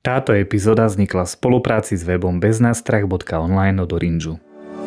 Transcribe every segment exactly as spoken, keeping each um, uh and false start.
Táto epizóda vznikla v spolupráci s webom beznástrach bodka online od Orange.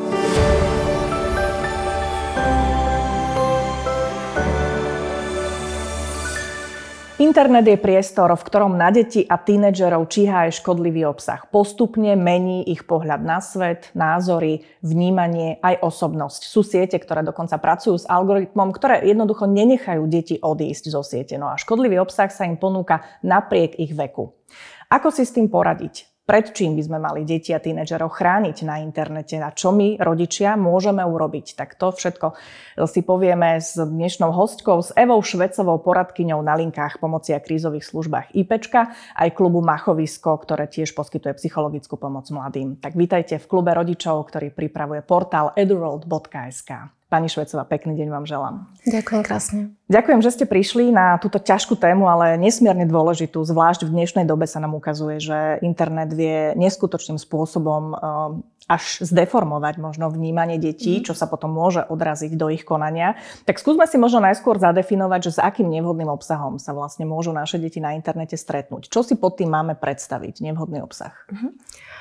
Internet je priestor, v ktorom na deti a tínedžerov číha aj škodlivý obsah. Postupne mení ich pohľad na svet, názory, vnímanie, aj osobnosť. Sú siete, ktoré dokonca pracujú s algoritmom, ktoré jednoducho nenechajú deti odísť zo siete. No a škodlivý obsah sa im ponúka napriek ich veku. Ako si s tým poradiť? Pred čím by sme mali deti a tínedžerov chrániť na internete a čo my, rodičia, môžeme urobiť? Tak to všetko si povieme s dnešnou hostkou, s Evou Švecovou, poradkyňou na linkách pomoci a krízových službách IPčka, aj klubu Machovisko, ktoré tiež poskytuje psychologickú pomoc mladým. Tak vítajte v klube rodičov, ktorý pripravuje portál eduworld bodka es ká. Pani Švecová, pekný deň vám želám. Ďakujem krásne. Ďakujem, že ste prišli na túto ťažkú tému, ale nesmierne dôležitú. Zvlášť v dnešnej dobe sa nám ukazuje, že internet vie neskutočným spôsobom až zdeformovať možno vnímanie detí, čo sa potom môže odraziť do ich konania. Tak skúsme si možno najskôr zadefinovať, že s akým nevhodným obsahom sa vlastne môžu naše deti na internete stretnúť. Čo si pod tým máme predstaviť, nevhodný obsah? Mhm.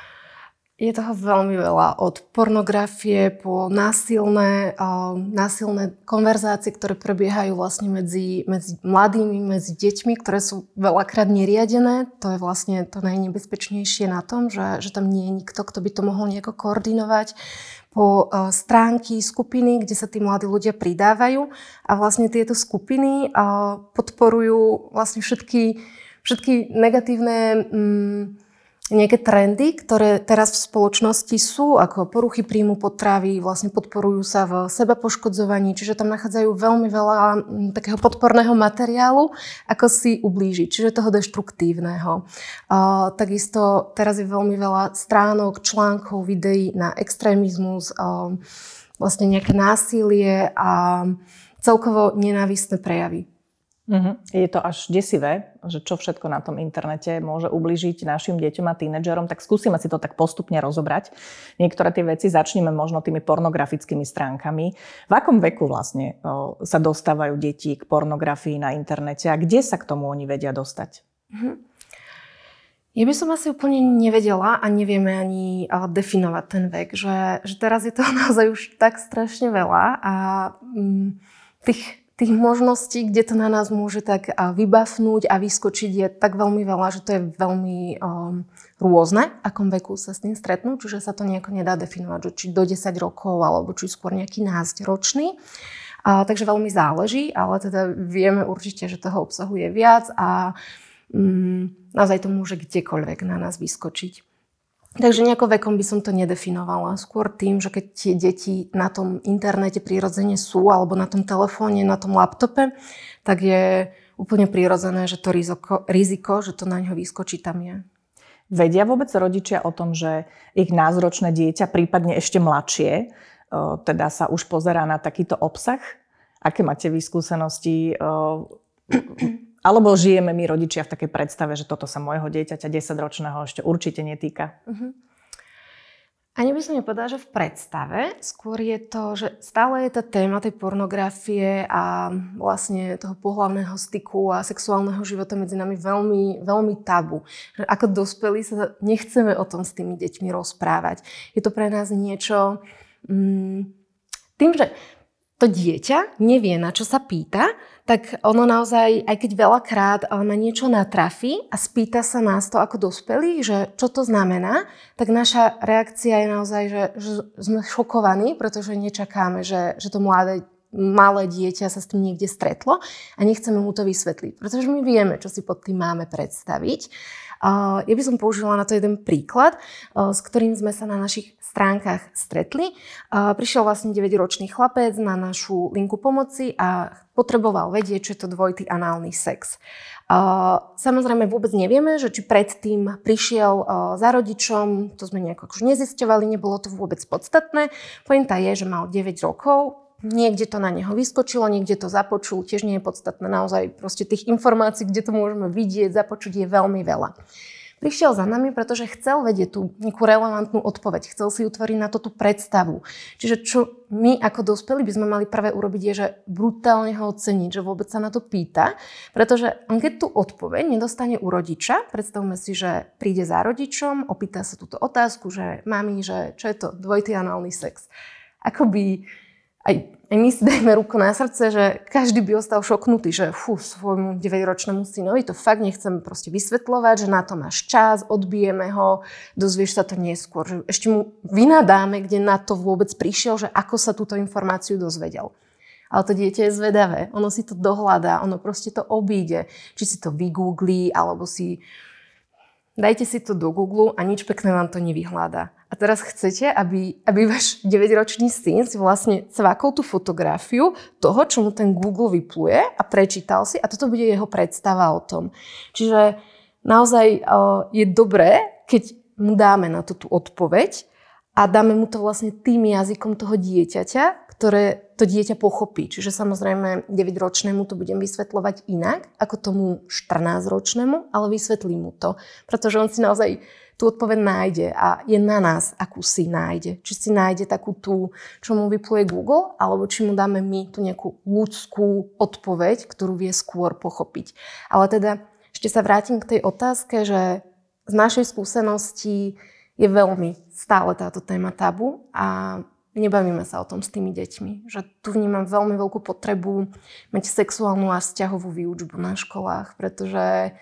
Je toho veľmi veľa, od pornografie po násilné, uh, násilné konverzácie, ktoré prebiehajú vlastne medzi, medzi mladými, medzi deťmi, ktoré sú veľakrát neriadené. To je vlastne to najnebezpečnejšie na tom, že, že tam nie je nikto, kto by to mohol nejako koordinovať. Po uh, stránky, skupiny, kde sa tí mladí ľudia pridávajú a vlastne tieto skupiny uh, podporujú vlastne všetky, všetky negatívne um, nejaké trendy, ktoré teraz v spoločnosti sú, ako poruchy príjmu potravy, vlastne podporujú sa v sebapoškodzovaní, čiže tam nachádzajú veľmi veľa takého podporného materiálu, ako si ublížiť, čiže toho deštruktívneho. Uh, takisto teraz je veľmi veľa stránok, článkov, videí na extrémizmus, uh, vlastne nejaké násilie a celkovo nenávistné prejavy. Uh-huh. Je to až desivé, že čo všetko na tom internete môže ublížiť našim deťom a tínedžerom, tak skúsime si to tak postupne rozobrať. Niektoré tie veci začneme možno tými pornografickými stránkami. V akom veku vlastne o, sa dostávajú deti k pornografii na internete a kde sa k tomu oni vedia dostať? Uh-huh. Ja by som asi úplne nevedela a nevieme ani definovať ten vek, že, že teraz je toho naozaj už tak strašne veľa a um, tých Tých možností, kde to na nás môže tak vybafnúť a vyskočiť, je tak veľmi veľa, že to je veľmi um, rôzne, akom veku sa s tým stretnú, čiže sa to nejako nedá definovať, že či do desať rokov, alebo či skôr nejaký násťročný. Uh, takže veľmi záleží, ale teda vieme určite, že toho obsahu je viac a um, naozaj to môže kdekoľvek na nás vyskočiť. Takže nejako vekom by som to nedefinovala. Skôr tým, že keď tie deti na tom internete prirodzene sú, alebo na tom telefóne, na tom laptope, tak je úplne prirodzené, že to riziko, riziko, že to na ňo vyskočí, tam je. Vedia vôbec rodičia o tom, že ich názročné dieťa, prípadne ešte mladšie, teda sa už pozerá na takýto obsah? Aké máte vy skúsenosti? Alebo žijeme my rodičia v takej predstave, že toto sa môjho dieťaťa desaťročného ešte určite netýka? Uh-huh. Ani by som nepovedala, že v predstave. Skôr je to, že stále je tá téma tej pornografie a vlastne toho pohlavného styku a sexuálneho života medzi nami veľmi, veľmi tabu. Že ako dospelí sa nechceme o tom s tými deťmi rozprávať. Je to pre nás niečo... Mm, tým, že to dieťa nevie, na čo sa pýta, tak ono naozaj, aj keď veľakrát na niečo natrafí a spýta sa nás to ako dospelí, že čo to znamená, tak naša reakcia je naozaj, že, že sme šokovaní, pretože nečakáme, že, že to mladé, malé dieťa sa s tým niekde stretlo a nechceme mu to vysvetliť, pretože my vieme, čo si pod tým máme predstaviť. Uh, ja by som použila na to jeden príklad, uh, s ktorým sme sa na našich stránkach stretli. Uh, prišiel vlastne deväťročný chlapec na našu linku pomoci a potreboval vedieť, čo je to dvojitý análny sex. Uh, samozrejme vôbec nevieme, že či predtým prišiel uh, za rodičom, to sme nejako akože nezisťovali, nebolo to vôbec podstatné. Pointa je, že mal deväť rokov, niekde to na neho vyskočilo, niekde to započul, tiež nie je podstatné. Naozaj proste tých informácií, kde to môžeme vidieť, započuť je veľmi veľa. Prišiel za nami, pretože chcel vedieť tú nejakú relevantnú odpoveď. Chcel si utvoriť na to tú predstavu. Čiže čo my ako dospelí by sme mali prvé urobiť je, že brutálne ho oceniť, že vôbec sa na to pýta. Pretože on keď tú odpoveď nedostane u rodiča, predstavme si, že príde za rodičom, opýta sa túto otázku, že mami, že čo je to dvojitý análny sex. Akoby aj, aj my si dajme ruku na srdce, že každý by ostal šoknutý, že fú, svojmu deväťročnému synovi to fakt nechcem proste vysvetľovať, že na to máš čas, odbijeme ho, dozvieš sa to neskôr. Že ešte mu vynadáme, kde na to vôbec prišiel, že ako sa túto informáciu dozvedel. Ale to dieťa je zvedavé, ono si to dohľadá, ono proste to obíde. Či si to vygooglí, alebo si... Dajte si to do Google a nič pekné vám to nevyhľadá. A teraz chcete, aby, aby váš deväťročný syn si vlastne cvakol tú fotografiu toho, čo mu ten Google vypluje a prečítal si a toto bude jeho predstava o tom. Čiže naozaj uh, je dobré, keď mu dáme na to tú odpoveď a dáme mu to vlastne tým jazykom toho dieťaťa, ktoré to dieťa pochopí. Čiže samozrejme deväťročnému to budem vysvetľovať inak ako tomu štrnásťročnému, ale vysvetlím mu to. Pretože on si naozaj tú odpoveď nájde a je na nás, akú si nájde. Či si nájde takú tú, čo mu vypluje Google, alebo či mu dáme my tú nejakú ľudskú odpoveď, ktorú vie skôr pochopiť. Ale teda ešte sa vrátim k tej otázke, že z našej skúsenosti je veľmi stále táto téma tabu a nebavíme sa o tom s tými deťmi. Že tu vnímam veľmi veľkú potrebu mať sexuálnu a vzťahovú výučbu na školách, pretože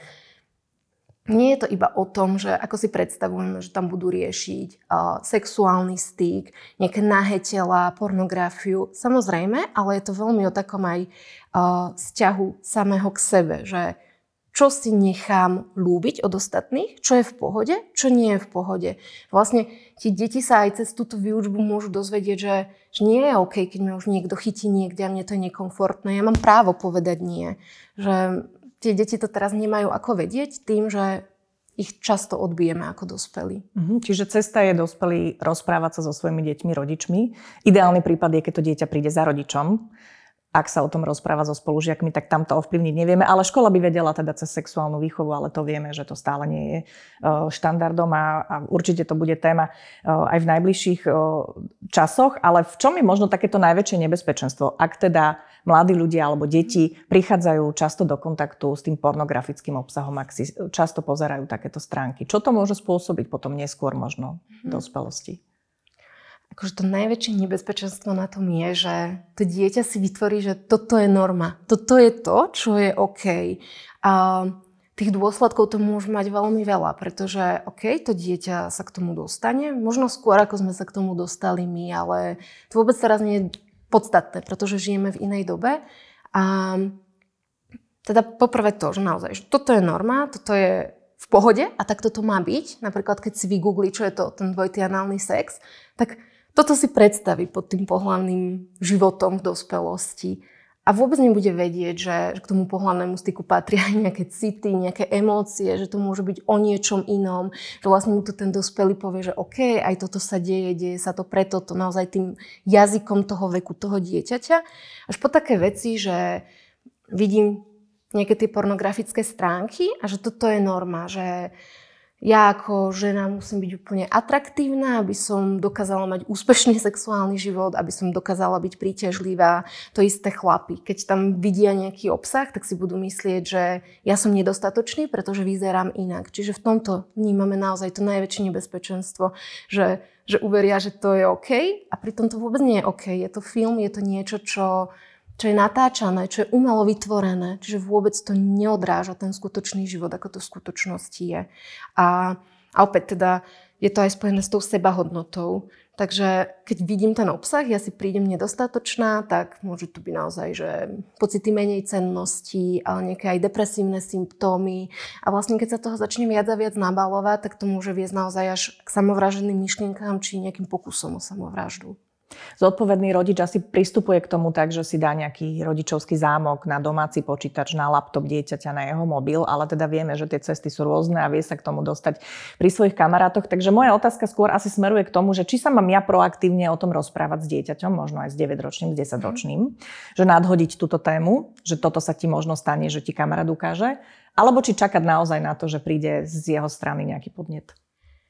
nie je to iba o tom, že ako si predstavujeme, že tam budú riešiť uh, sexuálny styk, nejaké nahé tela, pornografiu. Samozrejme, ale je to veľmi o takom aj uh, vzťahu samého k sebe, že čo si nechám ľúbiť od ostatných, čo je v pohode, čo nie je v pohode. Vlastne tie deti sa aj cez túto výučbu môžu dozvedieť, že, že nie je OK, keď ma už niekto chytí niekde a mne to je nekomfortné. Ja mám právo povedať nie. Že tie deti to teraz nemajú ako vedieť tým, že ich často odbijeme ako dospelí. Mhm, čiže cesta je dospelý rozprávať sa so svojimi deťmi, rodičmi. Ideálny prípad je, keď to dieťa príde za rodičom. Ak sa o tom rozpráva so spolužiakmi, tak tam to ovplyvniť nevieme. Ale škola by vedela teda cez sexuálnu výchovu, ale to vieme, že to stále nie je štandardom a, a určite to bude téma aj v najbližších časoch. Ale v čom je možno takéto najväčšie nebezpečenstvo? Ak teda mladí ľudia alebo deti prichádzajú často do kontaktu s tým pornografickým obsahom, ak si často pozerajú takéto stránky. Čo to môže spôsobiť potom neskôr možno v dospelosti? Akože to najväčšie nebezpečenstvo na tom je, že to dieťa si vytvorí, že toto je norma. Toto je to, čo je OK. A tých dôsledkov to môže mať veľmi veľa, pretože OK, to dieťa sa k tomu dostane. Možno skôr, ako sme sa k tomu dostali my, ale to vôbec teraz nie je podstatné, pretože žijeme v inej dobe. A teda poprvé to, že naozaj, že toto je norma, toto je v pohode a tak toto má byť. Napríklad, keď si vygooglí, čo je to ten dvojitý análny sex, tak toto si predstaví pod tým pohlavným životom v dospelosti. A vôbec nebude vedieť, že k tomu pohlavnému styku patria aj nejaké city, nejaké emócie, že to môže byť o niečom inom. Že vlastne mu to ten dospelý povie, že OK, aj toto sa deje, deje sa to preto, to naozaj tým jazykom toho veku, toho dieťaťa. Až po také veci, že vidím nejaké tie pornografické stránky a že toto je norma, že ja ako žena musím byť úplne atraktívna, aby som dokázala mať úspešný sexuálny život, aby som dokázala byť príťažlivá. To isté chlapi. Keď tam vidia nejaký obsah, tak si budú myslieť, že ja som nedostatočný, pretože vyzerám inak. Čiže v tomto vnímame naozaj to najväčšie nebezpečenstvo, že, že uveria, že to je OK a pritom to vôbec nie je OK. Je to film, je to niečo, čo... čo je natáčané, čo je umelo vytvorené, čiže vôbec to neodráža ten skutočný život, ako to v skutočnosti je. A, a opäť teda je to aj spojené s tou sebahodnotou. Takže keď vidím ten obsah, ja si prídem nedostatočná, tak môže to byť naozaj, že pocity menej cennosti, ale nejaké aj depresívne symptómy. A vlastne keď sa toho začne viac a viac nabalovať, tak to môže viesť naozaj až k samovražedným myšlienkám či nejakým pokusom o samovraždu. Zodpovedný rodič asi pristupuje k tomu tak, že si dá nejaký rodičovský zámok na domáci počítač, na laptop dieťaťa, na jeho mobil, ale teda vieme, že tie cesty sú rôzne a vie sa k tomu dostať pri svojich kamarátoch. Takže moja otázka skôr asi smeruje k tomu, že či sa mám ja proaktívne o tom rozprávať s dieťaťom, možno aj s deväťročným, s desaťročným, že nadhodiť túto tému, že toto sa ti možno stane, že ti kamarát ukáže. Alebo či čakať naozaj na to, že príde z jeho strany nejaký podnet?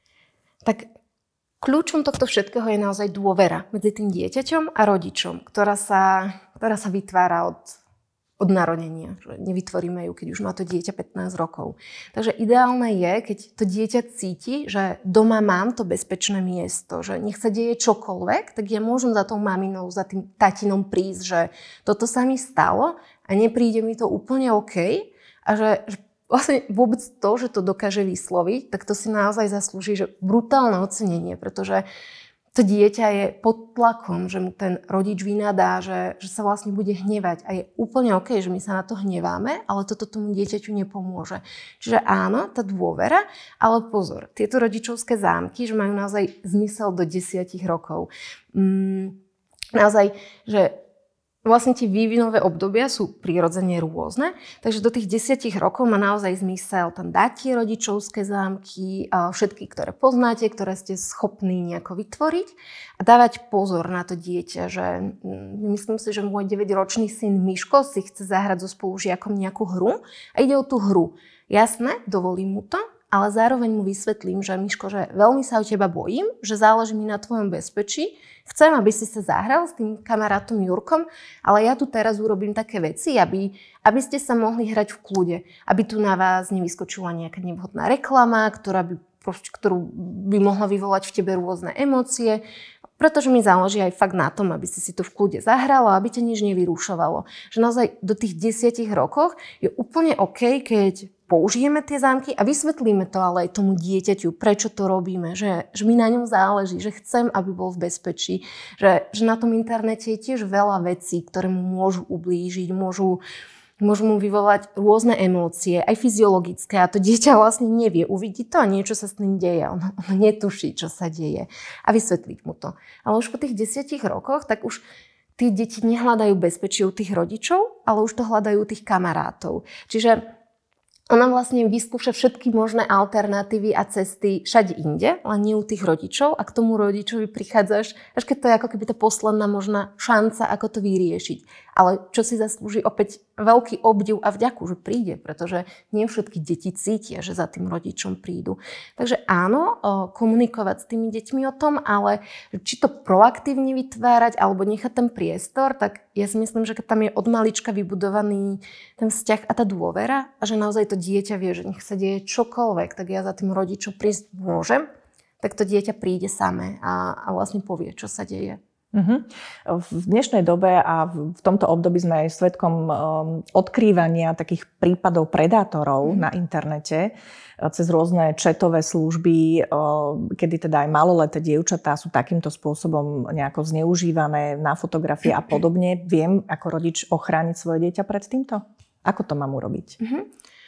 Tak kľúčom tohto všetkého je naozaj dôvera medzi tým dieťaťom a rodičom, ktorá sa, ktorá sa vytvára od, od narodenia. Nevytvoríme ju, keď už má to dieťa pätnásť rokov. Takže ideálne je, keď to dieťa cíti, že doma mám to bezpečné miesto, že nech sa deje čokoľvek, tak ja môžem za tou maminou, za tým tatinom prísť, že toto sa mi stalo a nepríde mi to úplne OK a že, že vlastne vôbec to, že to dokáže vysloviť, tak to si naozaj zaslúži že brutálne ocenenie, pretože to dieťa je pod tlakom, že mu ten rodič vynadá, že, že sa vlastne bude hnevať a je úplne OK, že my sa na to hneváme, ale toto tomu dieťaťu nepomôže. Čiže áno, tá dôvera, ale pozor, tieto rodičovské zámky, že majú naozaj zmysel do desiatich rokov. Mm, naozaj, že vlastne tie vývinové obdobia sú prirodzene rôzne, takže do tých desiatich rokov má naozaj zmysel tam dať tie rodičovské zámky, všetky, ktoré poznáte, ktoré ste schopní nejako vytvoriť a dávať pozor na to dieťa, že myslím si, že môj deväťročný syn Miško si chce zahrať so spolužiakom nejakú hru a ide o tú hru. Jasné, dovolím mu to, ale zároveň mu vysvetlím, že Miško, že veľmi sa o teba bojím, že záleží mi na tvojom bezpečí. Chcem, aby si sa zahral s tým kamarátom Jurkom, ale ja tu teraz urobím také veci, aby, aby ste sa mohli hrať v kľude. Aby tu na vás nevyskočila nejaká nevhodná reklama, ktorá by, ktorú by mohla vyvolať v tebe rôzne emócie. Pretože mi záleží aj fakt na tom, aby si si to v kľude zahrala, aby ťa nič nevyrušovalo. Že naozaj do tých desiatich rokoch je úplne OK, keď použijeme tie zámky a vysvetlíme to ale aj tomu dieťaťu, prečo to robíme, že, že mi na ňom záleží, že chcem, aby bol v bezpečí, že, že na tom internete je tiež veľa vecí, ktoré mu môžu ublížiť, môžu, môžu mu vyvolať rôzne emócie, aj fyziologické a to dieťa vlastne nevie, uvidí to a niečo sa s tým deje, ono, ono netuší, čo sa deje a vysvetliť mu to. Ale už po tých desiatich rokoch, tak už tí deti nehľadajú bezpečie u tých rodičov, ale už to hľadajú u tých kamarátov. Čiže ona vlastne vyskúša všetky možné alternatívy a cesty všade inde, len nie u tých rodičov a k tomu rodičovi prichádzaš, až keď to je ako keby tá posledná možná šanca, ako to vyriešiť. Ale čo si zaslúži opäť veľký obdiv a vďaku, že príde, pretože nie všetky deti cítia, že za tým rodičom prídu. Takže áno, komunikovať s tými deťmi o tom, ale či to proaktívne vytvárať alebo nechať ten priestor, tak ja si myslím, že keď tam je od malička vybudovaný ten vzťah a tá dôvera a že naozaj to dieťa vie, že nech sa deje čokoľvek, tak ja za tým rodičom prísť môžem, tak to dieťa príde samé a, a vlastne povie, čo sa deje. Uh-huh. V dnešnej dobe a v tomto období sme aj svedkom um, odkrývania takých prípadov predátorov uh-huh. na internete cez rôzne četové služby, um, kedy teda aj maloleté dievčatá sú takýmto spôsobom nejako zneužívané na fotografie a podobne. Viem ako rodič ochrániť svoje dieťa pred týmto? Ako to mám urobiť? Uh-huh.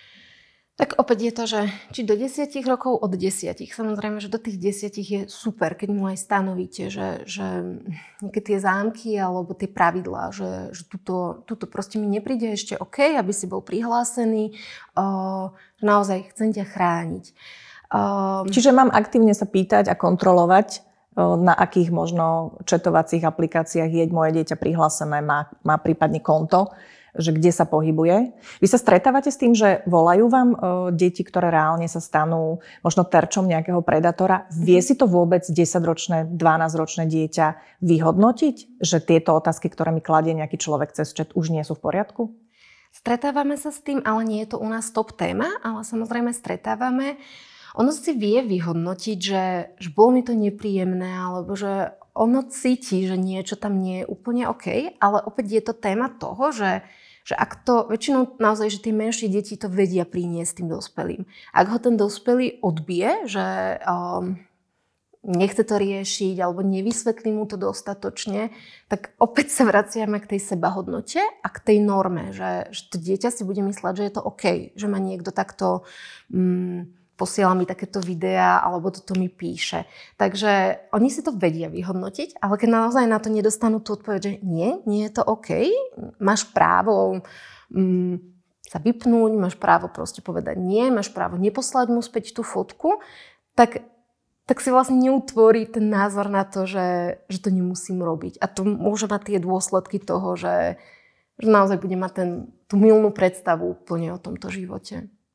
Tak opäť je to, že či do desiatich rokov, od desiatich. Samozrejme, že do tých desiatich je super, keď mu aj stanovíte, že, že nejaké tie zámky alebo tie pravidlá, že, že tuto, tuto proste mi nepríde ešte OK, aby si bol prihlásený, uh, že naozaj chcem ťa chrániť. Uh, Čiže mám aktívne sa pýtať a kontrolovať, uh, na akých možno četovacích aplikáciách je moje dieťa prihlásené, má, má prípadne konto, že kde sa pohybuje. Vy sa stretávate s tým, že volajú vám e, deti, ktoré reálne sa stanú možno terčom nejakého predátora? Vie si to vôbec desaťročné, dvanásťročné dieťa vyhodnotiť, že tieto otázky, ktoré mi kladie nejaký človek cez chat, už nie sú v poriadku? Stretávame sa s tým, ale nie je to u nás top téma, ale samozrejme stretávame. Ono si vie vyhodnotiť, že, že bolo mi to nepríjemné, alebo že ono cíti, že niečo tam nie je úplne OK, ale opäť je to téma toho, že, že ak to, väčšinou naozaj, že tie menšie deti to vedia priniesť tým dospelým. Ak ho ten dospelý odbije, že um, nechce to riešiť alebo nevysvetlí mu to dostatočne, tak opäť sa vraciame k tej sebahodnote a k tej norme, že, že to dieťa si bude mysleť, že je to OK, že ma niekto takto um, posiela mi takéto videá, alebo toto mi píše. Takže oni si to vedia vyhodnotiť, ale keď naozaj na to nedostanú tú odpoveď, že nie, nie je to OK, máš právo um, sa vypnúť, máš právo proste povedať nie, máš právo neposlať mu späť tú fotku, tak, tak si vlastne neutvorí ten názor na to, že, že to nemusím robiť. A to môže mať tie dôsledky toho, že, že naozaj bude mať ten, tú mylnú predstavu úplne o tomto živote.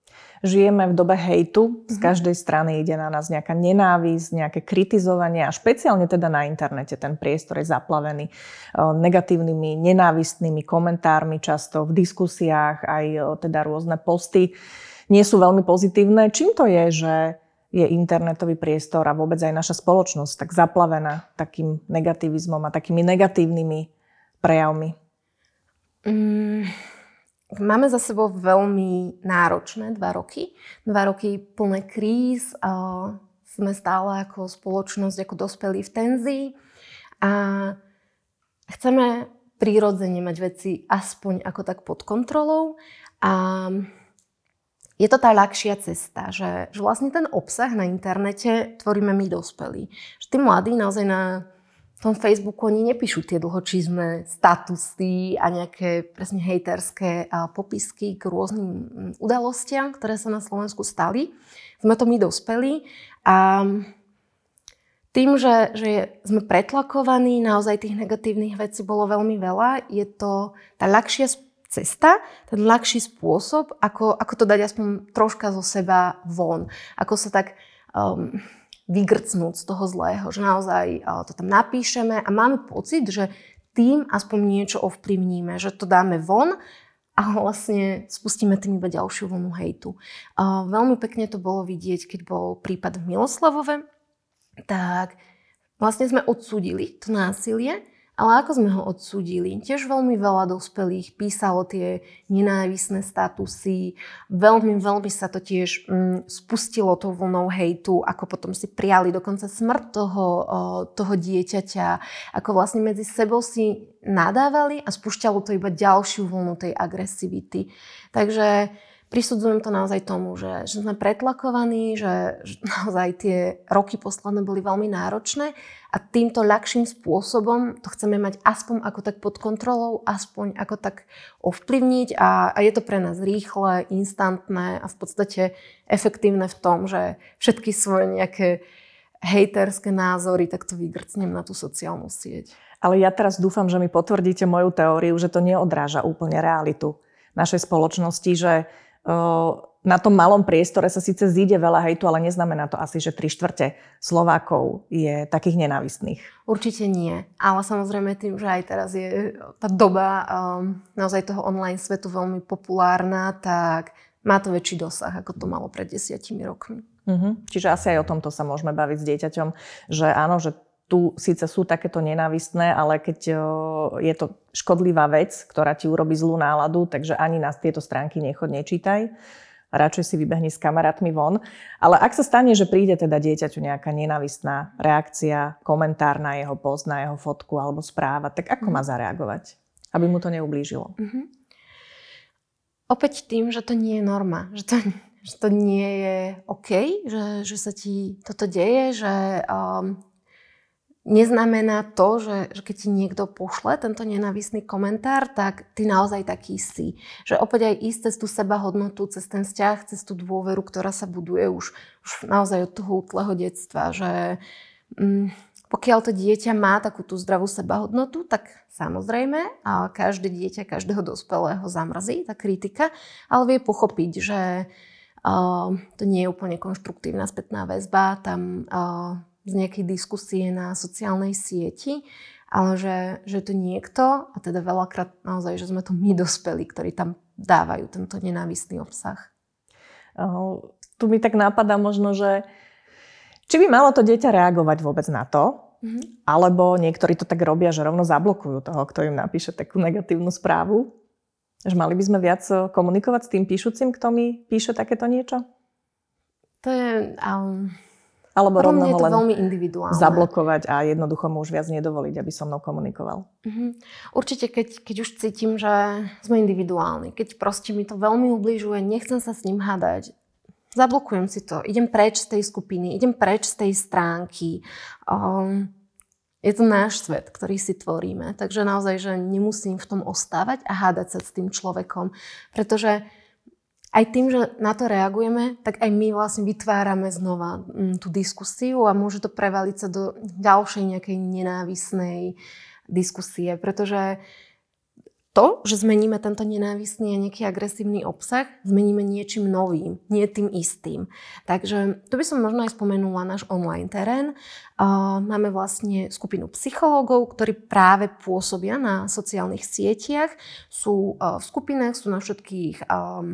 Žijeme v dobe hejtu, z každej strany ide na nás nejaká nenávisť, nejaké kritizovanie a špeciálne teda na internete ten priestor je zaplavený negatívnymi, nenávistnými komentármi, často v diskusiách, aj teda rôzne posty nie sú veľmi pozitívne. Čím to je, že je internetový priestor a vôbec aj naša spoločnosť tak zaplavená takým negativizmom a takými negatívnymi prejavmi? Mm. Máme za sebou veľmi náročné dva roky. Dva roky plné kríz. A sme stále ako spoločnosť, ako dospelí v tenzii. A chceme prirodzene mať veci aspoň ako tak pod kontrolou. A je to tá ľahšia cesta, že, že vlastne ten obsah na internete tvoríme my dospelí. Že tí mladí naozaj na v tom Facebooku oni nepíšu tie dlhočízne statusy a nejaké presne hejterské popisky k rôznym udalostiam, ktoré sa na Slovensku stali. Sme to my dospelí a tým, že, že sme pretlakovaní, naozaj tých negatívnych vecí bolo veľmi veľa, je to tá ľahšia cesta, ten ľahší spôsob, ako, ako to dať aspoň troška zo seba von. Ako sa tak Um, vygrcnúť z toho zlého, že naozaj to tam napíšeme a máme pocit, že tým aspoň niečo ovplyvníme, že to dáme von a vlastne spustíme tým iba ďalšiu vlnu hejtu. Veľmi pekne to bolo vidieť, keď bol prípad v Miloslavove, tak vlastne sme odsúdili to násilie, ale ako sme ho odsúdili? Tiež veľmi veľa dospelých písalo tie nenávisné statusy. Veľmi, veľmi sa to tiež mm, spustilo tou vlnou hejtu, ako potom si prijali dokonca smrť toho, o, toho dieťaťa, ako vlastne medzi sebou si nadávali a spúšťalo to iba ďalšiu vlnu tej agresivity. Takže prisudzujem to naozaj tomu, že, že sme pretlakovaní, že, že naozaj tie roky posledné boli veľmi náročné a týmto ľahším spôsobom to chceme mať aspoň ako tak pod kontrolou, aspoň ako tak ovplyvniť a, a je to pre nás rýchle, instantné a v podstate efektívne v tom, že všetky svoje nejaké hejterské názory takto vygrcnem na tú sociálnu sieť. Ale ja teraz dúfam, že mi potvrdíte moju teóriu, že to neodráža úplne realitu našej spoločnosti, že na tom malom priestore sa síce zíde veľa hejtu, ale neznamená to asi, že tri štvrte Slovákov je takých nenávistných. Určite nie. Ale samozrejme tým, že aj teraz je tá doba um, naozaj toho online svetu veľmi populárna, tak má to väčší dosah, ako to malo pred desiatimi rokmi. Uh-huh. Čiže asi aj o tomto sa môžeme baviť s dieťaťom, že áno, že tu síce sú takéto nenávistné, ale keď je to škodlivá vec, ktorá ti urobí zlú náladu, takže ani na tieto stránky nechod, nečítaj. Radšej si vybehni s kamarátmi von. Ale ak sa stane, že príde teda dieťaťu nejaká nenávistná reakcia, komentár na jeho post, na jeho fotku alebo správa, tak ako má zareagovať, aby mu to neublížilo? Uh-huh. Opäť tým, že to nie je norma, že to, že to nie je OK, že, že sa ti toto deje, že um, neznamená to, že, že keď ti niekto pošle tento nenávistný komentár, tak ty naozaj taký si. Že opäť aj ísť cez tú sebahodnotu, cez ten vzťah, cez tú dôveru, ktorá sa buduje už, už naozaj od toho útleho detstva. Že mm, pokiaľ to dieťa má takú tú zdravú sebahodnotu, tak samozrejme a každé dieťa, každého dospelého zamrzí tá kritika, ale vie pochopiť, že uh, to nie je úplne konštruktívna spätná väzba, tam uh, z nejakej diskusie na sociálnej sieti, ale že, že to niekto, a teda veľakrát naozaj, že sme to my dospelí, ktorí tam dávajú tento nenávistný obsah. Uh, tu mi tak nápadá možno, že či by malo to dieťa reagovať vôbec na to, mm-hmm. alebo niektorí to tak robia, že rovno zablokujú toho, kto im napíše takú negatívnu správu. Že mali by sme viac komunikovať s tým píšucim, kto mi píše takéto niečo? To je... Um... Alebo Pro rovno mňa je ho to len veľmi individuálne. Zablokovať a jednoducho mu už viac nedovoliť, aby so mnou komunikoval. Uh-huh. Určite, keď, keď už cítim, že sme individuálni, keď proste mi to veľmi ubližuje, nechcem sa s ním hádať, zablokujem si to, idem preč z tej skupiny, idem preč z tej stránky. Um, je to náš svet, ktorý si tvoríme, takže naozaj, že nemusím v tom ostávať a hádať sa s tým človekom, pretože aj tým, že na to reagujeme, tak aj my vlastne vytvárame znova m, tú diskusiu a môže to prevaliť sa do ďalšej nejakej nenávisnej diskusie, pretože to, že zmeníme tento nenávistný a nejaký agresívny obsah, zmeníme niečím novým, nie tým istým. Takže tu by som možno aj spomenula náš online terén. Máme vlastne skupinu psychológov, ktorí práve pôsobia na sociálnych sieťach, sú v skupinách, sú na všetkých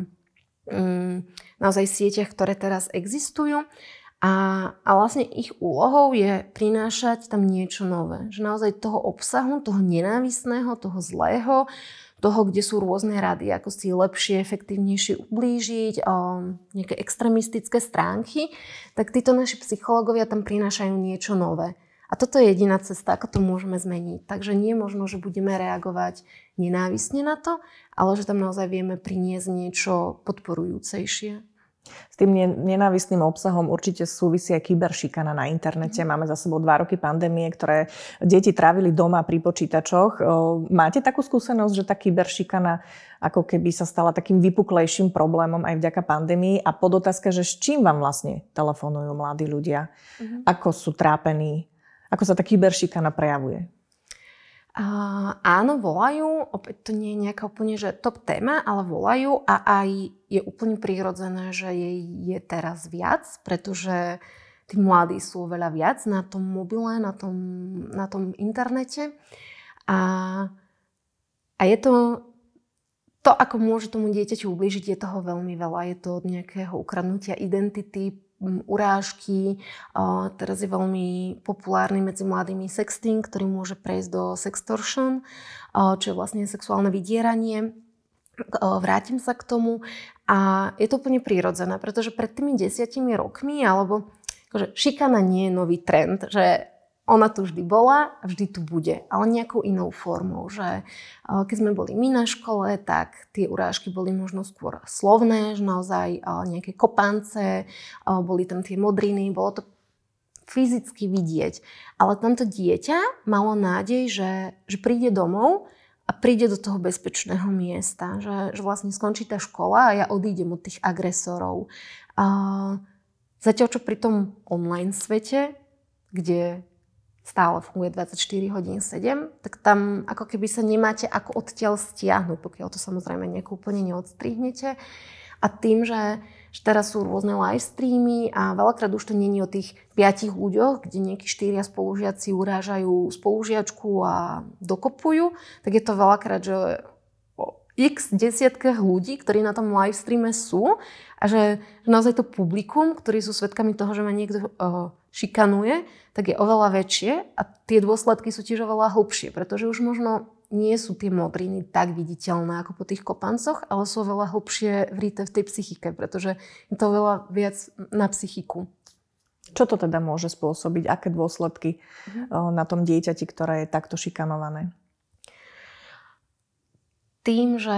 naozaj sieťach, ktoré teraz existujú. A, a vlastne ich úlohou je prinášať tam niečo nové. Že naozaj toho obsahu, toho nenávistného, toho zlého, toho, kde sú rôzne rady, ako si lepšie, efektívnejšie ublížiť, o, nejaké extrémistické stránky, tak títo naši psychológovia tam prinášajú niečo nové. A toto je jediná cesta, ako to môžeme zmeniť. Takže nie je možno, že budeme reagovať nenávistne na to, ale že tam naozaj vieme priniesť niečo podporujúcejšie. S tým nenávistným obsahom určite súvisí aj kyberšikana na internete. Máme za sebou dva roky pandémie, ktoré deti trávili doma pri počítačoch. Máte takú skúsenosť, že tá kyberšikana ako keby sa stala takým vypuklejším problémom aj vďaka pandémii? A podotázka, že s čím vám vlastne telefonujú mladí ľudia? Mhm. Ako sú trápení? Ako sa tá kyberšikana prejavuje? Uh, áno, volajú, opäť to nie je nejaká úplne že top téma, ale volajú a aj je úplne prirodzené, že jej je teraz viac, pretože tí mladí sú oveľa viac na tom mobile, na tom, na tom internete a, a je to, to, ako môže tomu dieťaťu ublížiť, je toho veľmi veľa. Je to od nejakého ukradnutia identity, urážky. Teraz je veľmi populárny medzi mladými sexting, ktorý môže prejsť do sextortion, čo je vlastne sexuálne vydieranie. Vrátim sa k tomu a je to úplne prirodzené, pretože pred tými desiatimi rokmi, alebo akože šikana nie je nový trend, že ona tu vždy bola a vždy tu bude, ale nejakou inou formou, že keď sme boli my na škole, tak tie urážky boli možno skôr slovné, že naozaj nejaké kopance, boli tam tie modriny, bolo to fyzicky vidieť. Ale tamto dieťa malo nádej, že, že príde domov a príde do toho bezpečného miesta, že, že vlastne skončí tá škola a ja odídem od tých agresorov. A zatiaľ, čo pri tom online svete, kde stále funguje dvadsaťštyri hodín sedem, tak tam ako keby sa nemáte ako odtiaľ stiahnuť, pokiaľ to samozrejme nejako úplne neodstrihnete. A tým, že, že teraz sú rôzne live streamy a veľakrát už to nie je o tých piatich ľuďoch, kde nejakí štyria spolužiaci urážajú spolužiačku a dokopujú, tak je to veľakrát, že o x desiatkách ľudí, ktorí na tom live streame sú a že, že naozaj to publikum, ktorí sú svedkami toho, že ma niekto uh, šikanuje, tak je oveľa väčšie a tie dôsledky sú tiež oveľa hlbšie, pretože už možno nie sú tie modriny tak viditeľné ako po tých kopancoch, ale sú oveľa hlbšie vrité v tej psychike, pretože je to oveľa viac na psychiku. Čo to teda môže spôsobiť? Aké dôsledky mhm. na tom dieťati, ktoré je takto šikanované? Tým, že,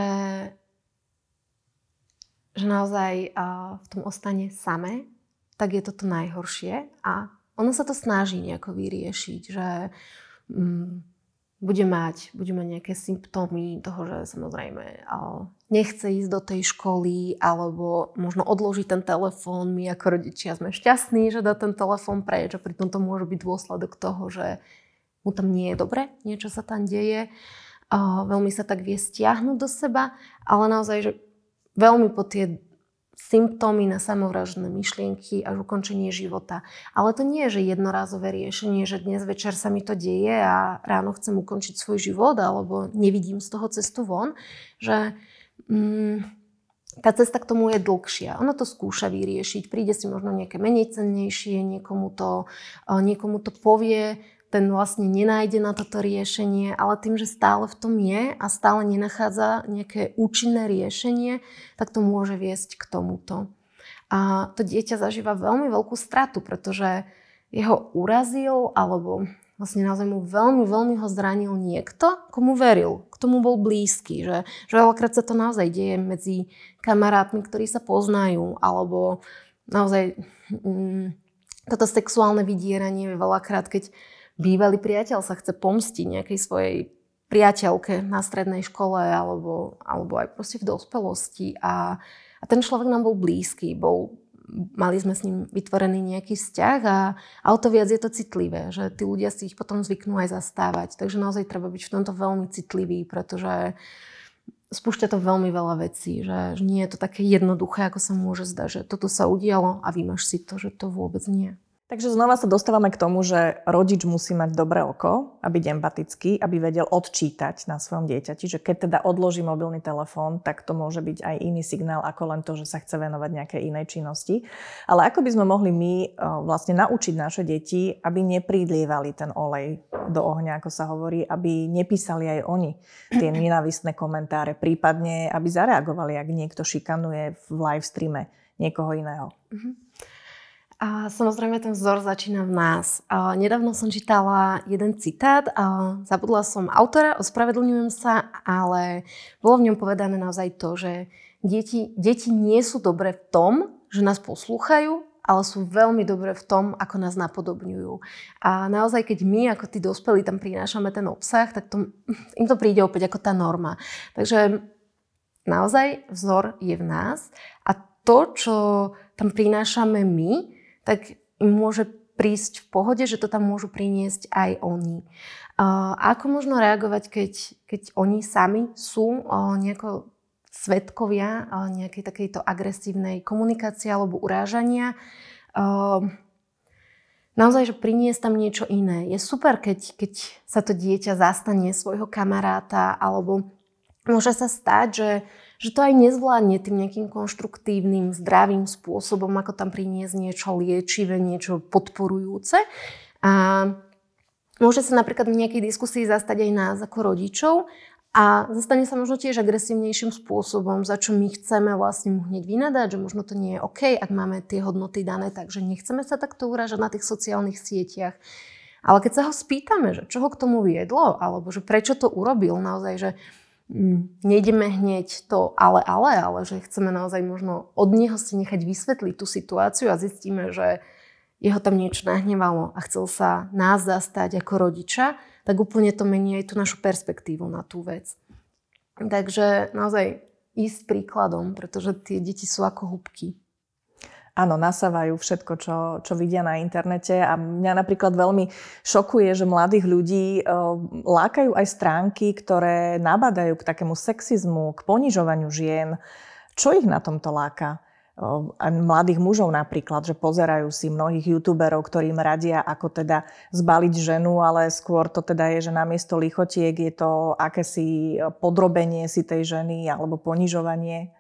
že naozaj v tom ostane samé, tak je toto najhoršie a ono sa to snaží nejako vyriešiť, že mm, bude mať, bude mať nejaké symptómy toho, že samozrejme nechce ísť do tej školy alebo možno odloží ten telefón. My ako rodičia sme šťastní, že dá ten telefón preč a pritom to môže byť dôsledok toho, že mu tam nie je dobre, niečo sa tam deje. Veľmi sa tak vie stiahnuť do seba, ale naozaj, že veľmi po tie symptómy na samovraždné myšlienky až ukončenie života. Ale to nie je, že jednorázové riešenie, že dnes večer sa mi to deje a ráno chcem ukončiť svoj život alebo nevidím z toho cestu von, že mm, tá cesta k tomu je dlhšia. Ono to skúša vyriešiť, príde si možno nejaké menej cennejšie, niekomu to, niekomu to povie, ten vlastne nenájde na toto riešenie, ale tým, že stále v tom je a stále nenachádza nejaké účinné riešenie, tak to môže viesť k tomuto. A to dieťa zažíva veľmi veľkú stratu, pretože jeho urazil, alebo vlastne naozaj mu veľmi, veľmi ho zranil niekto, komu veril, k tomu bol blízky. Že, že veľakrát sa to naozaj deje medzi kamarátmi, ktorí sa poznajú, alebo naozaj mm, toto sexuálne vydieranie veľakrát, keď bývalý priateľ sa chce pomstiť nejakej svojej priateľke na strednej škole alebo, alebo aj proste v dospelosti. A, a ten človek nám bol blízky, bol mali sme s ním vytvorený nejaký vzťah a, a o to viac je to citlivé, že tí ľudia si ich potom zvyknú aj zastávať. Takže naozaj treba byť v tomto veľmi citlivý, pretože spúšťa to veľmi veľa vecí, že, že nie je to také jednoduché, ako sa môže zdať, že toto sa udialo a vymaš si to, že to vôbec nie. Takže znova sa dostávame k tomu, že rodič musí mať dobré oko a byť empatický, aby vedel odčítať na svojom dieťati, že keď teda odloží mobilný telefón, tak to môže byť aj iný signál ako len to, že sa chce venovať nejakej inej činnosti. Ale ako by sme mohli my vlastne naučiť naše deti, aby nepridlievali ten olej do ohňa, ako sa hovorí, aby nepísali aj oni tie nenávistné komentáre, prípadne aby zareagovali, ak niekto šikanuje v live streame niekoho iného. Mm-hmm. A samozrejme ten vzor začína v nás. A nedávno som čítala jeden citát, a zabudla som autora, ospravedlňujem sa, ale bolo v ňom povedané naozaj to, že deti, deti nie sú dobré v tom, že nás poslúchajú, ale sú veľmi dobré v tom, ako nás napodobňujú. A naozaj, keď my ako tí dospelí tam prinášame ten obsah, tak to, im to príde opäť ako tá norma. Takže naozaj vzor je v nás a to, čo tam prinášame my, tak im môže prísť v pohode, že to tam môžu priniesť aj oni. A ako možno reagovať, keď, keď oni sami sú nejako svedkovia nejakej takejto agresívnej komunikácie alebo urážania? Naozaj, že priniesť tam niečo iné. Je super, keď, keď sa to dieťa zastane svojho kamaráta, alebo môže sa stať, že že to aj nezvládne tým nejakým konštruktívnym, zdravým spôsobom, ako tam priniesť niečo liečivé, niečo podporujúce. A môže sa napríklad v nejakej diskusii zastať aj nás ako rodičov a zastane sa možno tiež agresívnejším spôsobom, za čo my chceme vlastne mu hneď vynadať, že možno to nie je OK, ak máme tie hodnoty dané, takže nechceme sa takto urážať na tých sociálnych sieťach. Ale keď sa ho spýtame, že čo ho k tomu viedlo, alebo že prečo to urobil, naozaj, že nejdeme hneď to ale, ale, ale že chceme naozaj možno od neho si nechať vysvetliť tú situáciu a zistíme, že jeho tam niečo nahnevalo a chcel sa nás zastať ako rodiča, tak úplne to mení aj tú našu perspektívu na tú vec. Takže naozaj ísť príkladom, pretože tie deti sú ako húbky. Áno, nasávajú všetko, čo, čo vidia na internete a mňa napríklad veľmi šokuje, že mladých ľudí e, lákajú aj stránky, ktoré nabádajú k takému sexizmu, k ponižovaniu žien. Čo ich na tomto láka? E, a mladých mužov napríklad, že pozerajú si mnohých youtuberov, ktorým radia, ako teda zbaliť ženu, ale skôr to teda je, že namiesto lichotiek je to akési podrobenie si tej ženy alebo ponižovanie.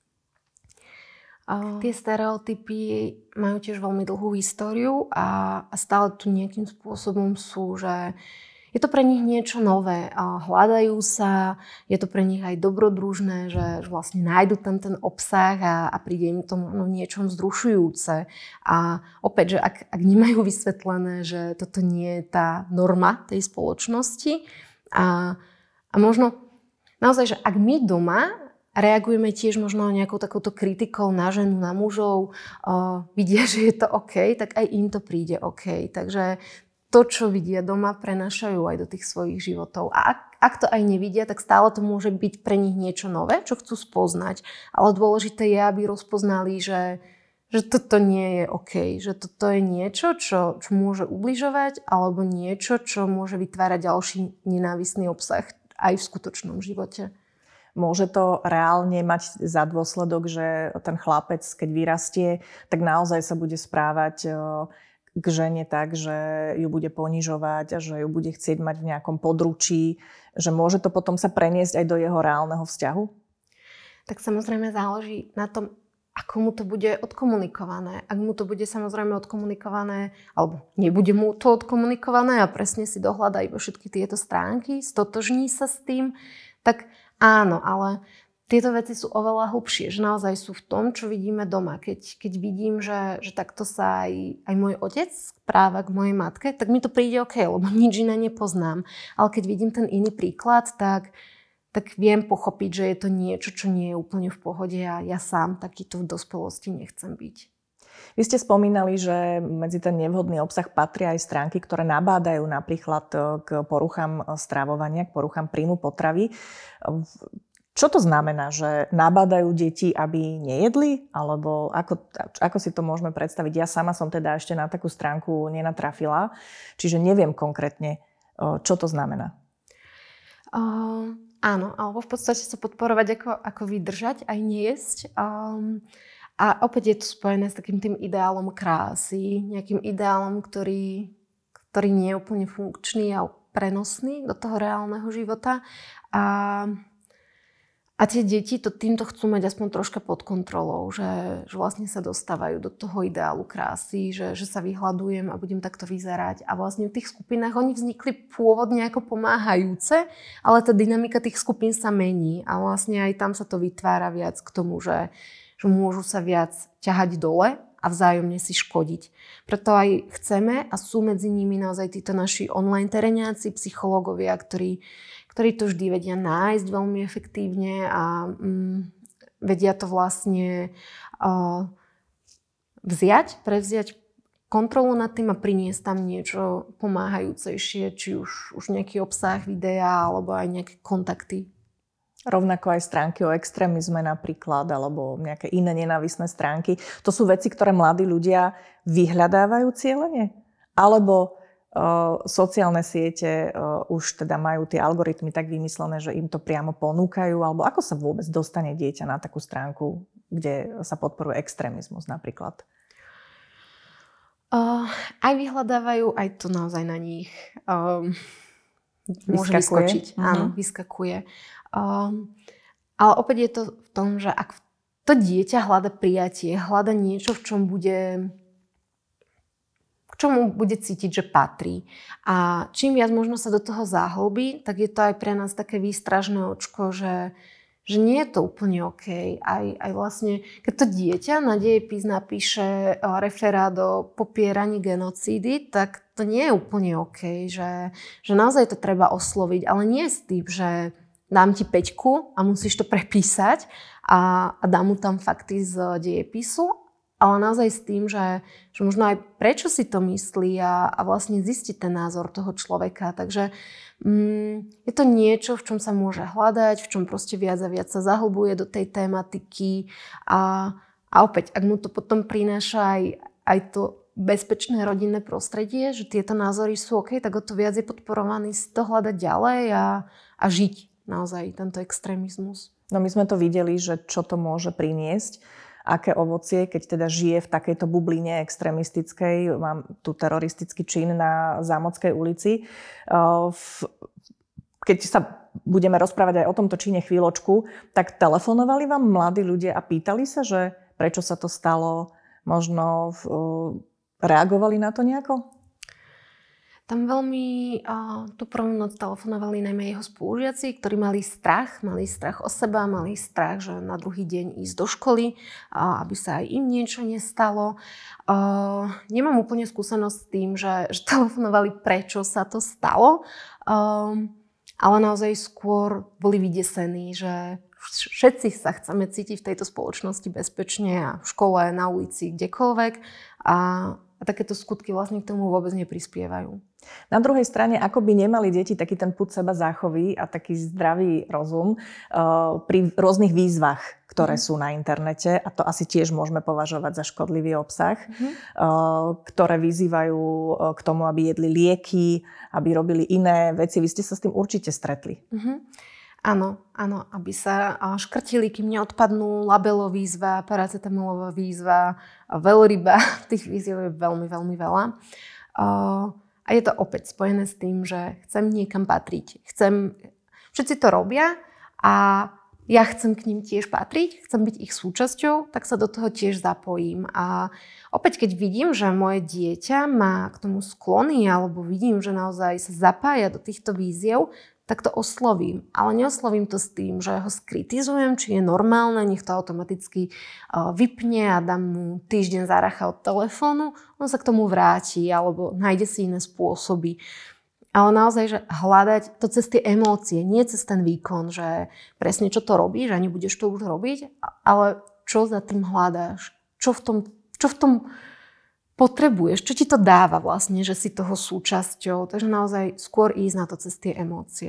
Uh, Tie stereotypy majú tiež veľmi dlhú históriu a, a stále tu nejakým spôsobom sú, že je to pre nich niečo nové. Uh, hľadajú sa, je to pre nich aj dobrodružné, že, že vlastne nájdu tam ten obsah a, a príde im to no, niečom vzrušujúce. A opäť, že ak, ak nemajú vysvetlené, že toto nie je tá norma tej spoločnosti a, a možno naozaj, že ak my doma reagujeme tiež možno nejakou takouto kritikou na ženu, na mužov, uh, vidia, že je to OK, tak aj im to príde OK. Takže to, čo vidia doma, prenášajú aj do tých svojich životov. A ak, ak to aj nevidia, tak stále to môže byť pre nich niečo nové, čo chcú spoznať. Ale dôležité je, aby rozpoznali, že, že toto nie je OK. Že toto je niečo, čo, čo môže ubližovať, alebo niečo, čo môže vytvárať ďalší nenávistný obsah aj v skutočnom živote. Môže to reálne mať za dôsledok, že ten chlapec, keď vyrastie, tak naozaj sa bude správať k žene tak, že ju bude ponižovať a že ju bude chcieť mať v nejakom područí, že môže to potom sa preniesť aj do jeho reálneho vzťahu? Tak samozrejme záleží na tom, ako mu to bude odkomunikované. Ak mu to bude samozrejme odkomunikované, alebo nebude mu to odkomunikované a presne si dohľadá iba všetky tieto stránky, stotožní sa s tým, tak áno, ale tieto veci sú oveľa hlbšie, že naozaj sú v tom, čo vidíme doma. Keď, keď vidím, že, že takto sa aj, aj môj otec správa k mojej matke, tak mi to príde OK, lebo nič iné nepoznám. Ale keď vidím ten iný príklad, tak, tak viem pochopiť, že je to niečo, čo nie je úplne v pohode a ja sám takýto v dospelosti nechcem byť. Vy ste spomínali, že medzi ten nevhodný obsah patria aj stránky, ktoré nabádajú napríklad k poruchám stravovania, k poruchám príjmu potravy. Čo to znamená, že nabádajú deti, aby nejedli? Alebo ako, ako si to môžeme predstaviť? Ja sama som teda ešte na takú stránku nenatrafila, čiže neviem konkrétne, čo to znamená. Uh, áno, alebo v podstate sa podporovať, ako, ako vydržať, aj nejesť. Um, a opäť je to spojené s takým tým ideálom krásy, nejakým ideálom, ktorý, ktorý nie je úplne funkčný a prenosný do toho reálneho života. A A tie deti to týmto chcú mať aspoň troška pod kontrolou, že, že vlastne sa dostávajú do toho ideálu krásy, že, že sa vyhľadujem a budem takto vyzerať. A vlastne v tých skupinách oni vznikli pôvodne ako pomáhajúce, ale tá dynamika tých skupín sa mení a vlastne aj tam sa to vytvára viac k tomu, že, že môžu sa viac ťahať dole a vzájomne si škodiť. Preto aj chceme a sú medzi nimi naozaj títo naši online teréňáci, psychológovia, ktorí ktorí to vždy vedia nájsť veľmi efektívne a mm, vedia to vlastne uh, vziať, prevziať kontrolu nad tým a priniesť tam niečo pomáhajúcejšie, či už, už nejaký obsah videa alebo aj nejaké kontakty. Rovnako aj stránky o extrémizme napríklad, alebo nejaké iné nenávisné stránky. To sú veci, ktoré mladí ľudia vyhľadávajú cieľene? Alebo Uh, sociálne siete uh, už teda majú tie algoritmy tak vymyslené, že im to priamo ponúkajú, alebo ako sa vôbec dostane dieťa na takú stránku, kde sa podporuje extrémizmus napríklad? Uh, aj vyhľadávajú, aj to naozaj na nich um, môže vyskočiť. Uh-huh. Áno, vyskakuje. Um, ale opäť je to v tom, že ak to dieťa hľada prijatie, hľada niečo, v čom bude čomu bude cítiť, že patrí. A čím viac možno sa do toho zahlbí, tak je to aj pre nás také výstražné očko, že, že nie je to úplne OK. Aj, aj vlastne, keď to dieťa na dejepis napíše referát o popieraní genocídy, tak to nie je úplne OK, že, že naozaj to treba osloviť, ale nie s tým, že dám ti peťku a musíš to prepísať a, a dám mu tam fakty z dejepisu, ale naozaj s tým, že, že možno aj prečo si to myslí a, a vlastne zistiť ten názor toho človeka. Takže mm, je to niečo, v čom sa môže hľadať, v čom proste viac a viac sa zahlbuje do tej tematiky a, a opäť, ak mu to potom prináša aj, aj to bezpečné rodinné prostredie, že tieto názory sú OK, tak o to viac je podporovaný si to hľadať ďalej a, a žiť naozaj tento extrémizmus. No my sme to videli, že čo to môže priniesť, aké ovocie, keď teda žije v takejto bubline extrémistickej. Mám tu teroristický čin na Zámockej ulici. Keď sa budeme rozprávať aj o tomto čine chvíľočku, tak telefonovali vám mladí ľudia a pýtali sa, že prečo sa to stalo? Možno reagovali na to nejako? Tam veľmi uh, tú prvú noc telefonovali najmä jeho spolužiaci, ktorí mali strach, mali strach o seba, mali strach, že na druhý deň ísť do školy, uh, aby sa aj im niečo nestalo. Uh, nemám úplne skúsenosť s tým, že, že telefonovali, prečo sa to stalo, um, ale naozaj skôr boli vydesení, že všetci sa chceme cítiť v tejto spoločnosti bezpečne a v škole, na ulici, kdekoľvek a A takéto skutky vlastne k tomu vôbec neprispievajú. Na druhej strane, ako by nemali deti taký ten pud seba záchovy a taký zdravý rozum uh, pri rôznych výzvach, ktoré mm. sú na internete, a to asi tiež môžeme považovať za škodlivý obsah, mm. uh, ktoré vyzývajú k tomu, aby jedli lieky, aby robili iné veci. Vy ste sa s tým určite stretli. Mm-hmm. Áno, áno, aby sa škrtili, kým neodpadnú labelo výzva, paracetamolová výzva, veľryba. Tých výziev je veľmi, veľmi veľa. A je to opäť spojené s tým, že chcem niekam patriť. Chcem, všetci to robia a ja chcem k ním tiež patriť, chcem byť ich súčasťou, tak sa do toho tiež zapojím. A opäť, keď vidím, že moje dieťa má k tomu sklony, alebo vidím, že naozaj sa zapája do týchto výziev, tak to oslovím. Ale neoslovím to s tým, že ho skritizujem, či je normálne, nech to automaticky vypne a dám mu týždeň záracha od telefónu, on sa k tomu vráti alebo nájde si iné spôsoby. Ale naozaj, že hľadať to cez tie emócie, nie cez ten výkon, že presne čo to robíš a nebudeš to už robiť, ale čo za tým hľadáš, čo v tom, čo v tom potrebuješ, čo ti to dáva vlastne, že si toho súčasťou. Takže naozaj skôr ísť na to cez tie emócie.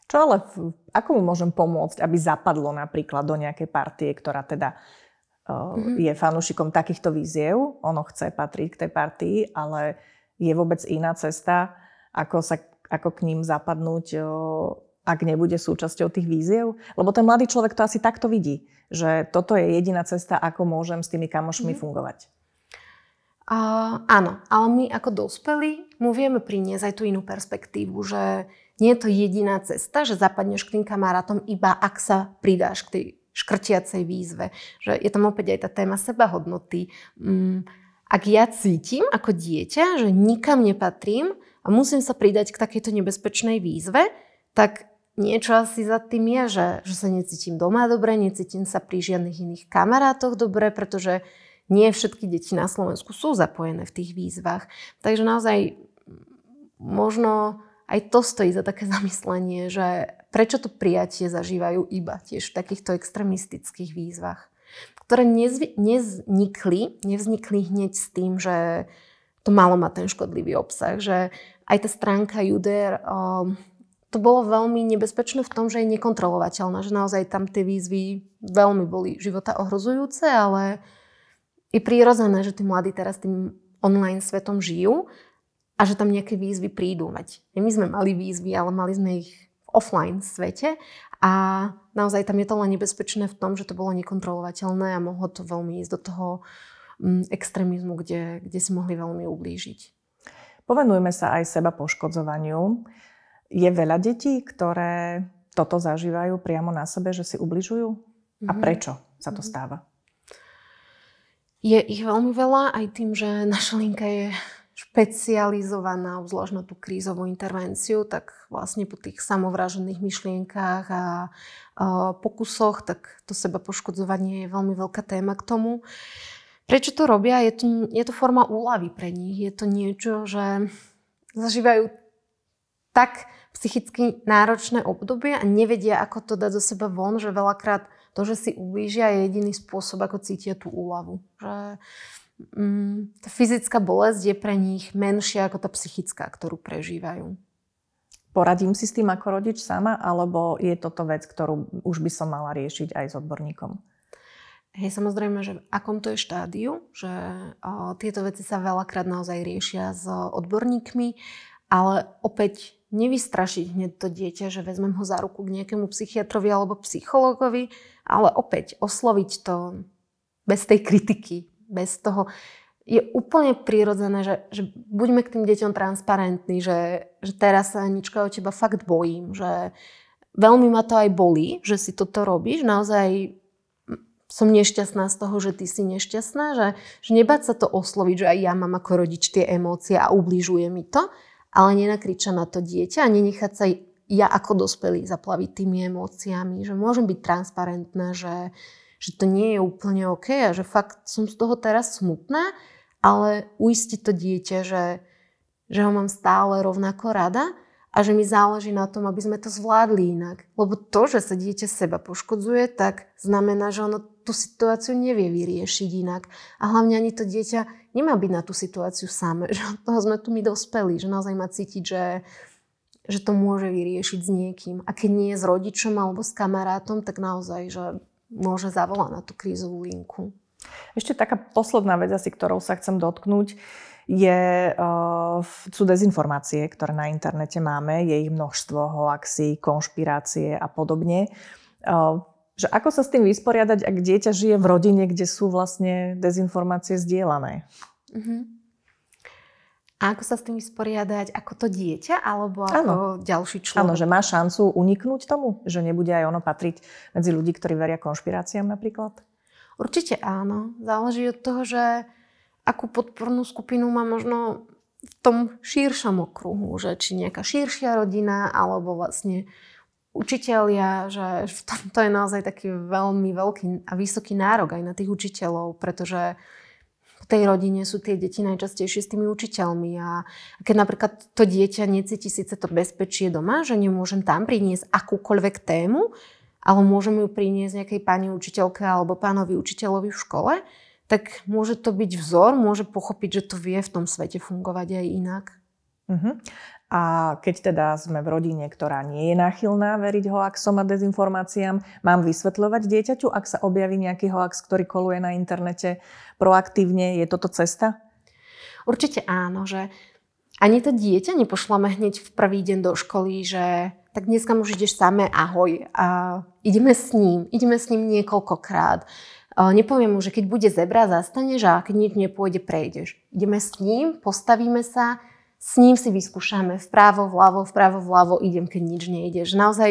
Čo ale, v, ako mu môžem pomôcť, aby zapadlo napríklad do nejakej partie, ktorá teda uh, mm-hmm. je fanúšikom takýchto víziev, ono chce patriť k tej partii, ale je vôbec iná cesta, ako, sa, ako k ním zapadnúť, uh, ak nebude súčasťou tých víziev? Lebo ten mladý človek to asi takto vidí, že toto je jediná cesta, ako môžem s tými kamošmi mm-hmm. fungovať. Uh, áno, ale my ako dospelí mu vieme priniesť aj tú inú perspektívu, že nie je to jediná cesta, že zapadneš k tým kamarátom iba ak sa pridáš k tej škrtiacej výzve. Že je tam opäť aj tá téma sebahodnoty. Um, ak ja cítim ako dieťa, že nikam nepatrím a musím sa pridať k takejto nebezpečnej výzve, tak niečo asi za tým je, že, že sa necítim doma dobre, necítim sa pri žiadnych iných kamarátoch dobre, pretože nie všetky deti na Slovensku sú zapojené v tých výzvach. Takže naozaj možno aj to stojí za také zamyslenie, že prečo to prijatie zažívajú iba tiež v takýchto extremistických výzvach, ktoré nezv- nevznikli, nevznikli hneď s tým, že to malo mať ten škodlivý obsah. Že aj tá stránka Juder, um, to bolo veľmi nebezpečné v tom, že je nekontrolovateľná, že naozaj tam tie výzvy veľmi boli života ohrozujúce, ale je prirodzené, že tí mladí teraz tým online svetom žijú a že tam nejaké výzvy prídu. Veď my sme mali výzvy, ale mali sme ich v offline svete a naozaj tam je to len nebezpečné v tom, že to bolo nekontrolovateľné a mohlo to veľmi ísť do toho um, extrémizmu, kde, kde si mohli veľmi ublížiť. Povenujme sa aj seba poškodzovaniu. Je veľa detí, ktoré toto zažívajú priamo na sebe, že si ubližujú? Mm-hmm. A prečo sa to stáva? Je ich veľmi veľa aj tým, že naša linka je špecializovaná obzvlášť na tú krízovú intervenciu, tak vlastne po tých samovražených myšlienkách a, a pokusoch, tak to seba poškodzovanie je veľmi veľká téma k tomu. Prečo to robia? Je to, je to forma úľavy pre nich. Je to niečo, že zažívajú tak psychicky náročné obdobie a nevedia, ako to dať zo seba von, že veľakrát to, že si ublížia, je jediný spôsob, ako cítia tú úľavu. Že, mm, tá fyzická bolesť je pre nich menšia ako tá psychická, ktorú prežívajú. Poradím si s tým ako rodič sama, alebo je toto vec, ktorú už by som mala riešiť aj s odborníkom? Hej, samozrejme, že v akom to je štádiu, že o, tieto veci sa veľakrát naozaj riešia s odborníkmi, ale opäť nevystrašiť hneď to dieťa, že vezmem ho za ruku k nejakému psychiatrovi alebo psychológovi, ale opäť osloviť to bez tej kritiky, bez toho. Je úplne prirodzené, že, že buďme k tým deťom transparentní, že, že teraz sa Anička o teba fakt bojím, že veľmi ma to aj bolí, že si toto robíš, naozaj som nešťastná z toho, že ty si nešťastná, že, že nebáť sa to osloviť, že aj ja mám ako rodič tie emócie a ubližuje mi to, ale nenakriča na to dieťa a nenechať sa ja ako dospelý zaplaviť tými emóciami, že môžem byť transparentná, že, že to nie je úplne OK a že fakt som z toho teraz smutná, ale uistiť to dieťa, že, že ho mám stále rovnako rada a že mi záleží na tom, aby sme to zvládli inak. Lebo to, že sa dieťa seba poškodzuje, tak znamená, že ono tú situáciu nevie vyriešiť inak. A hlavne ani to dieťa nemá byť na tú situáciu samé. Že od toho sme tu my dospelí, že naozaj má cítiť, že, že to môže vyriešiť s niekým. A keď nie je s rodičom alebo s kamarátom, tak naozaj, že môže zavolať na tú krízovú linku. Ešte taká posledná vec, asi ktorou sa chcem dotknúť, je, uh, sú dezinformácie, ktoré na internete máme. Je ich množstvo, hoaxy, konšpirácie a podobne. Uh, že ako sa s tým vysporiadať, ak dieťa žije v rodine, kde sú vlastne dezinformácie zdieľané? Uh-huh. A ako sa s tým vysporiadať? Ako to dieťa? Alebo ako ano. Ďalší človek? Áno, že má šancu uniknúť tomu? Že nebude aj ono patriť medzi ľudí, ktorí veria konšpiráciám napríklad? Určite áno. Záleží od toho, že akú podpornú skupinu má možno v tom širšom okruhu, že či nejaká širšia rodina, alebo vlastne učitelia, že to je naozaj taký veľmi veľký a vysoký nárok aj na tých učiteľov, pretože v tej rodine sú tie deti najčastejšie s tými učiteľmi a keď napríklad to dieťa necíti síce to bezpečie doma, že nemôžem tam priniesť akúkoľvek tému, ale môžem ju priniesť nejakej pani učiteľke alebo pánovi učiteľovi v škole, tak môže to byť vzor, môže pochopiť, že to vie v tom svete fungovať aj inak. Uh-huh. A keď teda sme v rodine, ktorá nie je náchylná veriť hoaxom a dezinformáciám, mám vysvetľovať dieťaťu, ak sa objaví nejaký hoax, ktorý koluje na internete proaktívne? Je toto cesta? Určite áno, že ani to dieťa nepošlame hneď v prvý deň do školy, že tak dneska už ideš samé, ahoj. A ideme s ním, ideme s ním niekoľkokrát. Nepoviem mu, že keď bude zebra, zastaneš a keď nič nepôjde, prejdeš. Ideme s ním, postavíme sa, s ním si vyskúšame vpravo, vľavo, vpravo, vľavo, idem, keď nič nejde. Že naozaj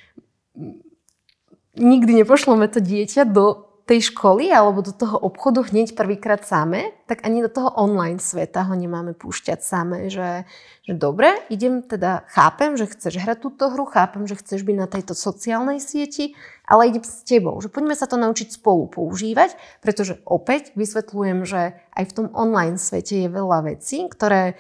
nikdy nepošleme to dieťa do tej školy alebo do toho obchodu hneď prvýkrát samé, tak ani do toho online sveta ho nemáme púšťať samé. Že, že dobre, idem teda, chápem, že chceš hrať túto hru, chápem, že chceš byť na tejto sociálnej sieti, ale idem s tebou. Že poďme sa to naučiť spolu používať, pretože opäť vysvetľujem, že aj v tom online svete je veľa vecí, ktoré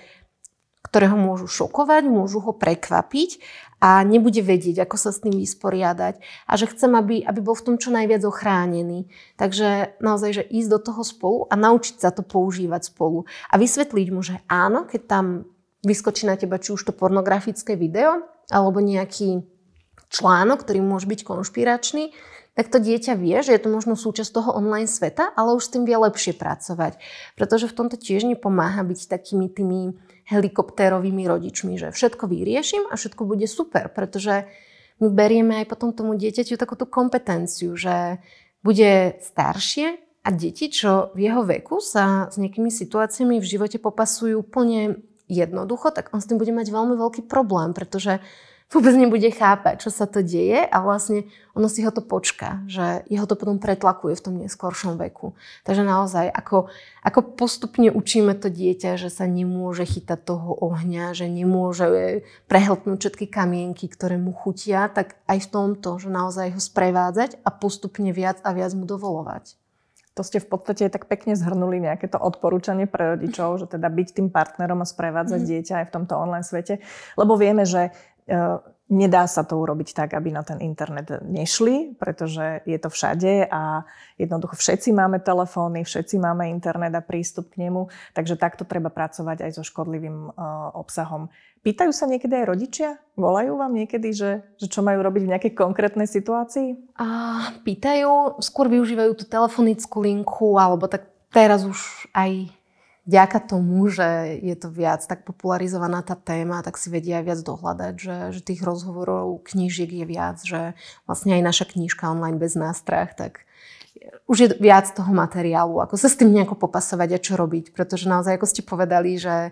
ktoré ho môžu šokovať, môžu ho prekvapiť a nebude vedieť, ako sa s tým vysporiadať. A že chcem, aby, aby bol v tom čo najviac ochránený. Takže naozaj, že ísť do toho spolu a naučiť sa to používať spolu. A vysvetliť mu, že áno, keď tam vyskočí na teba či už to pornografické video, alebo nejaký článok, ktorý môže byť konšpiračný, tak to dieťa vie, že je to možno súčasť toho online sveta, ale už s tým vie lepšie pracovať. Pretože v tomto tiež nepomáha byť takými tými helikoptérovými rodičmi, že všetko vyriešim a všetko bude super, pretože my berieme aj potom tomu dieťaťu takúto kompetenciu, že bude staršie a deti, čo v jeho veku sa s nejakými situáciami v živote popasujú úplne jednoducho, tak on s tým bude mať veľmi veľký problém, pretože vôbec nebude chápať, čo sa to deje a vlastne ono si ho to počká, že jeho to potom pretlakuje v tom neskoršom veku. Takže naozaj, ako, ako postupne učíme to dieťa, že sa nemôže chytať toho ohňa, že nemôže prehltnúť všetky kamienky, ktoré mu chutia, tak aj v tomto, že naozaj ho sprevádzať a postupne viac a viac mu dovolovať. To ste v podstate tak pekne zhrnuli nejaké to odporúčanie pre rodičov, že teda byť tým partnerom a sprevádzať mm. dieťa aj v tomto online svete. Lebo vieme, že Uh, nedá sa to urobiť tak, aby na ten internet nešli, pretože je to všade a jednoducho všetci máme telefóny, všetci máme internet a prístup k nemu, takže takto treba pracovať aj so škodlivým uh, obsahom. Pýtajú sa niekedy aj rodičia? Volajú vám niekedy, že, že čo majú robiť v nejakej konkrétnej situácii? A pýtajú, skôr využívajú tú telefonickú linku, alebo tak teraz už aj vďaka tomu, že je to viac tak popularizovaná tá téma, tak si vedia aj viac dohľadať, že, že tých rozhovorov, knížiek je viac, že vlastne aj naša knižka online bez nástrah, tak už je viac toho materiálu, ako sa s tým nejako popasovať a čo robiť, pretože naozaj, ako ste povedali, že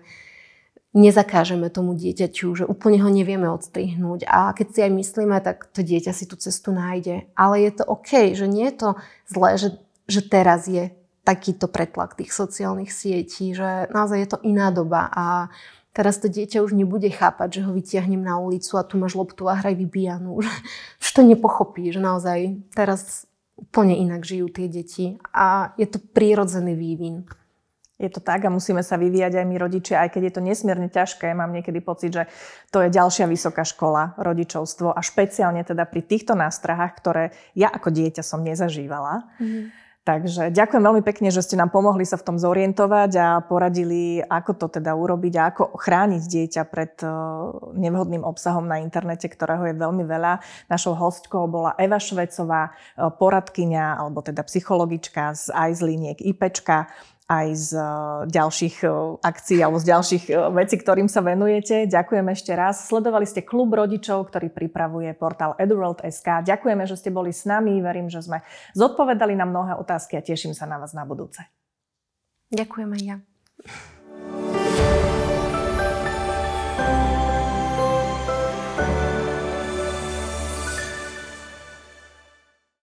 nezakážeme tomu dieťaťu, že úplne ho nevieme odstrihnúť a keď si aj myslíme, tak to dieťa si tú cestu nájde. Ale je to OK, že nie je to zlé, že, že teraz je takýto pretlak tých sociálnych sietí, že naozaj je to iná doba a teraz to dieťa už nebude chápať, že ho vytiahnem na ulicu a tu máš loptu a hraj vybíjanú. Už to nepochopí, že naozaj teraz úplne inak žijú tie deti a je to prírodzený vývin. Je to tak a musíme sa vyvíjať aj my rodičia, aj keď je to nesmierne ťažké. Mám niekedy pocit, že to je ďalšia vysoká škola, rodičovstvo a špeciálne teda pri týchto nástrahách, ktoré ja ako dieťa som nezažívala. Mm. Takže ďakujem veľmi pekne, že ste nám pomohli sa v tom zorientovať a poradili, ako to teda urobiť a ako chrániť dieťa pred nevhodným obsahom na internete, ktorého je veľmi veľa. Našou hostkou bola Eva Švecová, poradkyňa alebo teda psychologička z aj z liniek IPčka, aj z ďalších akcií alebo z ďalších vecí, ktorým sa venujete. Ďakujem ešte raz. Sledovali ste klub rodičov, ktorý pripravuje portál eduworld bodka es ká. Ďakujeme, že ste boli s nami. Verím, že sme zodpovedali na mnohé otázky a teším sa na vás na budúce. Ďakujem aj ja.